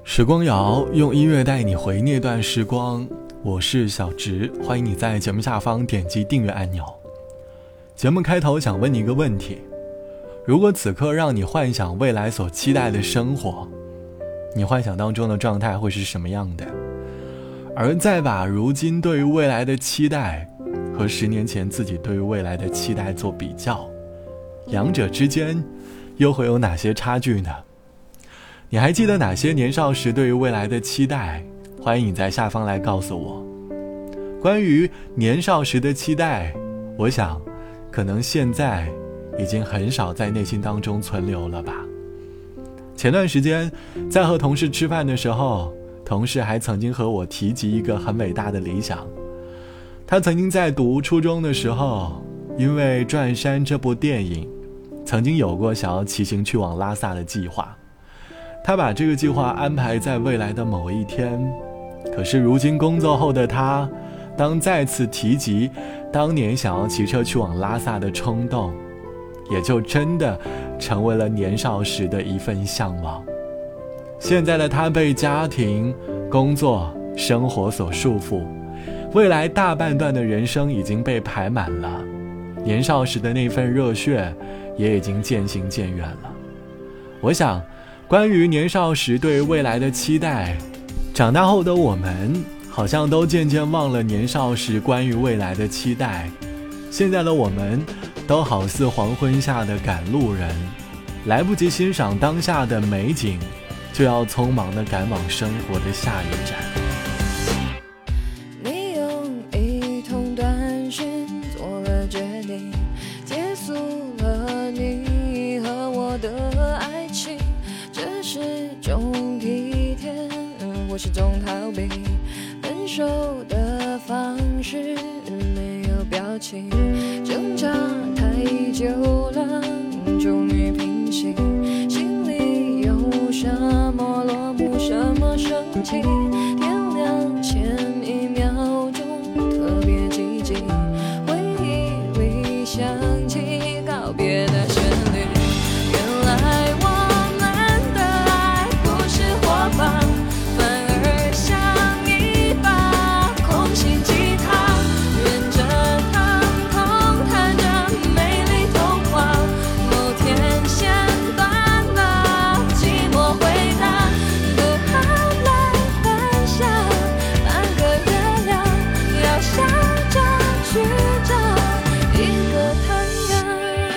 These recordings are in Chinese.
时光谣用音乐带你回那段时光，我是小直，欢迎你在节目下方点击订阅按钮。节目开头想问你一个问题，如果此刻让你幻想未来所期待的生活，你幻想当中的状态会是什么样的？而再把如今对于未来的期待和10年前自己对于未来的期待做比较，两者之间又会有哪些差距呢？你还记得哪些年少时对于未来的期待？欢迎你在下方来告诉我。关于年少时的期待，我想可能现在已经很少在内心当中存留了吧。前段时间在和同事吃饭的时候，同事还曾经和我提及一个很伟大的理想。他曾经在读初中的时候，因为《转山》这部电影，曾经有过想要骑行去往拉萨的计划。他把这个计划安排在未来的某一天，可是如今工作后的他，当再次提及当年想要骑车去往拉萨的冲动，也就真的成为了年少时的一份向往。现在的他被家庭、工作、生活所束缚，未来大半段的人生已经被排满了，年少时的那份热血也已经渐行渐远了。我想关于年少时对未来的期待，长大后的我们好像都渐渐忘了年少时关于未来的期待。现在的我们都好似黄昏下的赶路人，来不及欣赏当下的美景，就要匆忙地赶往生活的下一站。 你用一通短讯做了决定，结束了你和我的爱情，这是种体贴，我是种逃避，分手的方式没有表情，挣扎太久了，终于平息，心里有什么落幕，什么生气，天亮前一秒钟特别积极，回忆里响起告别的旋律，原来我们的爱不是火把，反而像一把空心吉他，沿着疼痛弹着美丽童话，某天线断了，寂寞回答，不好来分享，半个月亮要笑着去找一个太阳。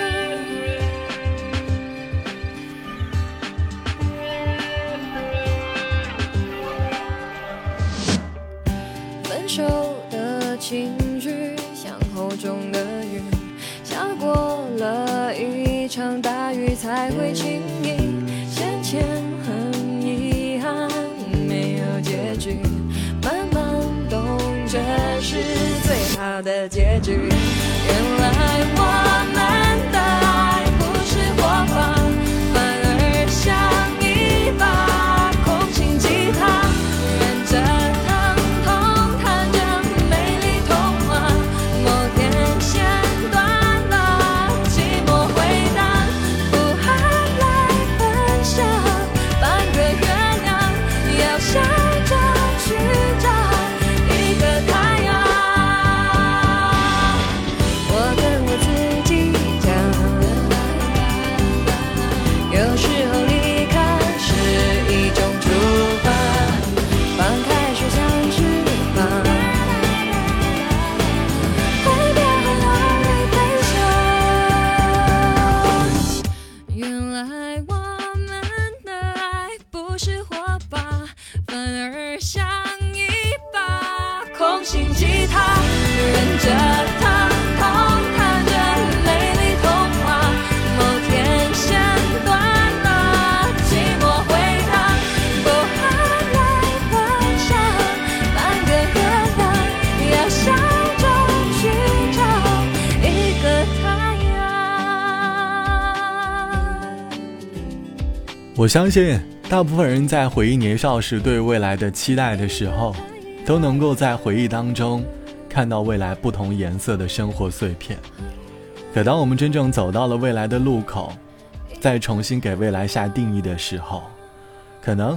分手的情绪像厚重的云，下过了一场大雨才会轻易，先前很遗憾没有结局，慢慢懂这是最好的结局，原来我们的爱不是火把，反而像一把空心吉他，沿着疼痛弹着美丽童话，某天线断了，寂寞回答，不好来分享，半个月亮要笑着去找一个太阳。我跟我自己讲，有时候离开是一种出发，放开手像翅膀，挥别很容易飞翔。原来我们的爱不是火把，反而像一把空心吉他，忍着疼痛弹着美丽童话，某天线断了，寂寞回答，不好来分享，半个月亮要笑着去找一个太阳。 我相信大部分人在回忆年少时对未来的期待的时候，都能够在回忆当中看到未来不同颜色的生活碎片。可当我们真正走到了未来的路口，再重新给未来下定义的时候，可能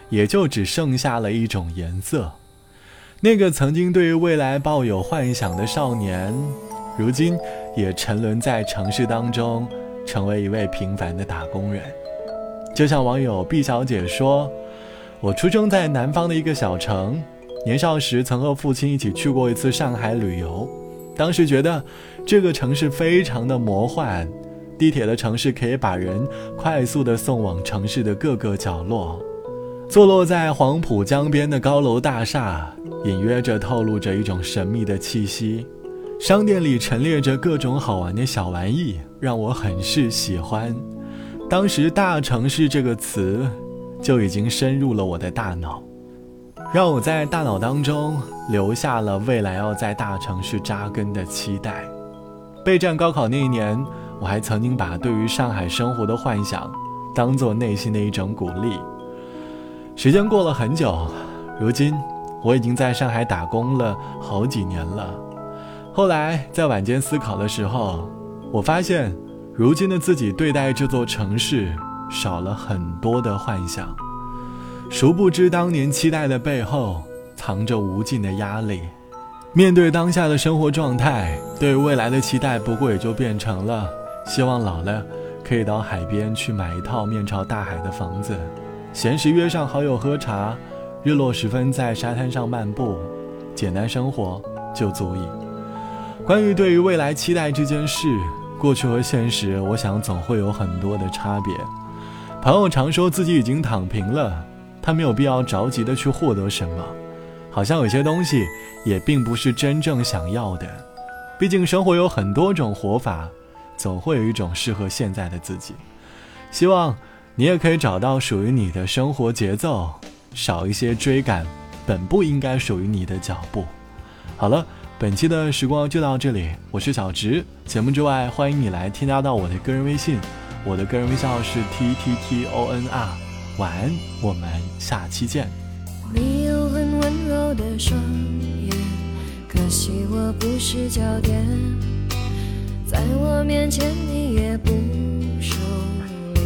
也就只剩下了一种颜色。那个曾经对于未来抱有幻想的少年，如今也沉沦在城市当中，成为一位平凡的打工人。就像网友毕小姐说，我出生在南方的一个小城，年少时曾和父亲一起去过一次上海旅游，当时觉得这个城市非常的魔幻，地铁的城市可以把人快速地送往城市的各个角落，坐落在黄浦江边的高楼大厦，隐约着透露着一种神秘的气息，商店里陈列着各种好玩的小玩意，让我很是喜欢。当时大城市这个词就已经深入了我的大脑，让我在大脑当中留下了未来要在大城市扎根的期待。备战高考那一年，我还曾经把对于上海生活的幻想当作内心的一种鼓励。时间过了很久，如今我已经在上海打工了好几年了。后来在晚间思考的时候，我发现如今的自己对待这座城市少了很多的幻想，殊不知当年期待的背后藏着无尽的压力。面对当下的生活状态，对未来的期待不过也就变成了希望老了可以到海边去买一套面朝大海的房子，闲时约上好友喝茶，日落时分在沙滩上漫步，简单生活就足以。关于对于未来期待这件事，过去和现实我想总会有很多的差别。朋友常说自己已经躺平了，他没有必要着急的去获得什么，好像有些东西也并不是真正想要的。毕竟生活有很多种活法，总会有一种适合现在的自己。希望你也可以找到属于你的生活节奏，少一些追赶本不应该属于你的脚步。好了，本期的时光就到这里，我是小直。节目之外，欢迎你来添加到我的个人微信，我的个人微信号是 TTTONR。晚安，我们下期见。 你有很温柔的双眼，可惜我不是焦点，在我面前你也不收敛，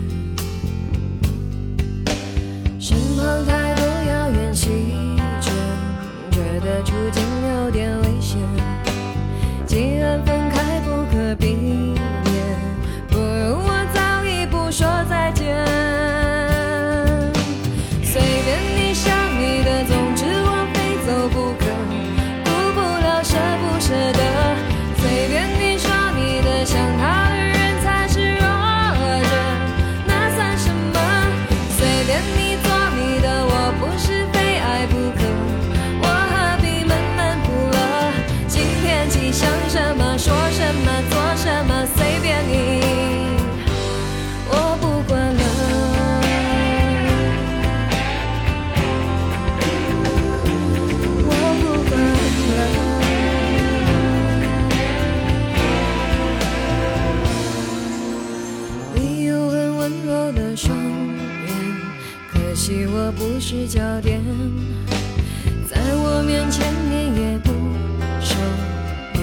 身旁太多遥远细针，觉得处境有点危险，既然分开不可避免，不如我早一步说再见。随便你想你的，总之我非走不可，顾不了舍不舍得。随便你说你的，想他的人才是弱者，那算什么？随便你做你的，我不是非爱不可，我何必闷闷不乐？今天起想什么说什么做什么随便你，我不管了。双眼，可惜我不是焦点，在我面前你也不收敛，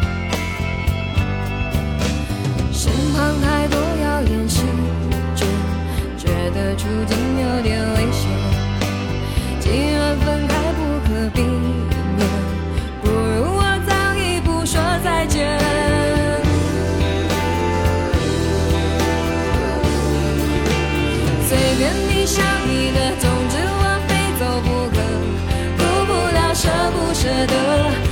身旁太多谣言细针，觉得处境有点危险，既然分开不可避免，不如我早一步说再见。随便你想你的，总之我非走不可，顾不了舍不舍得。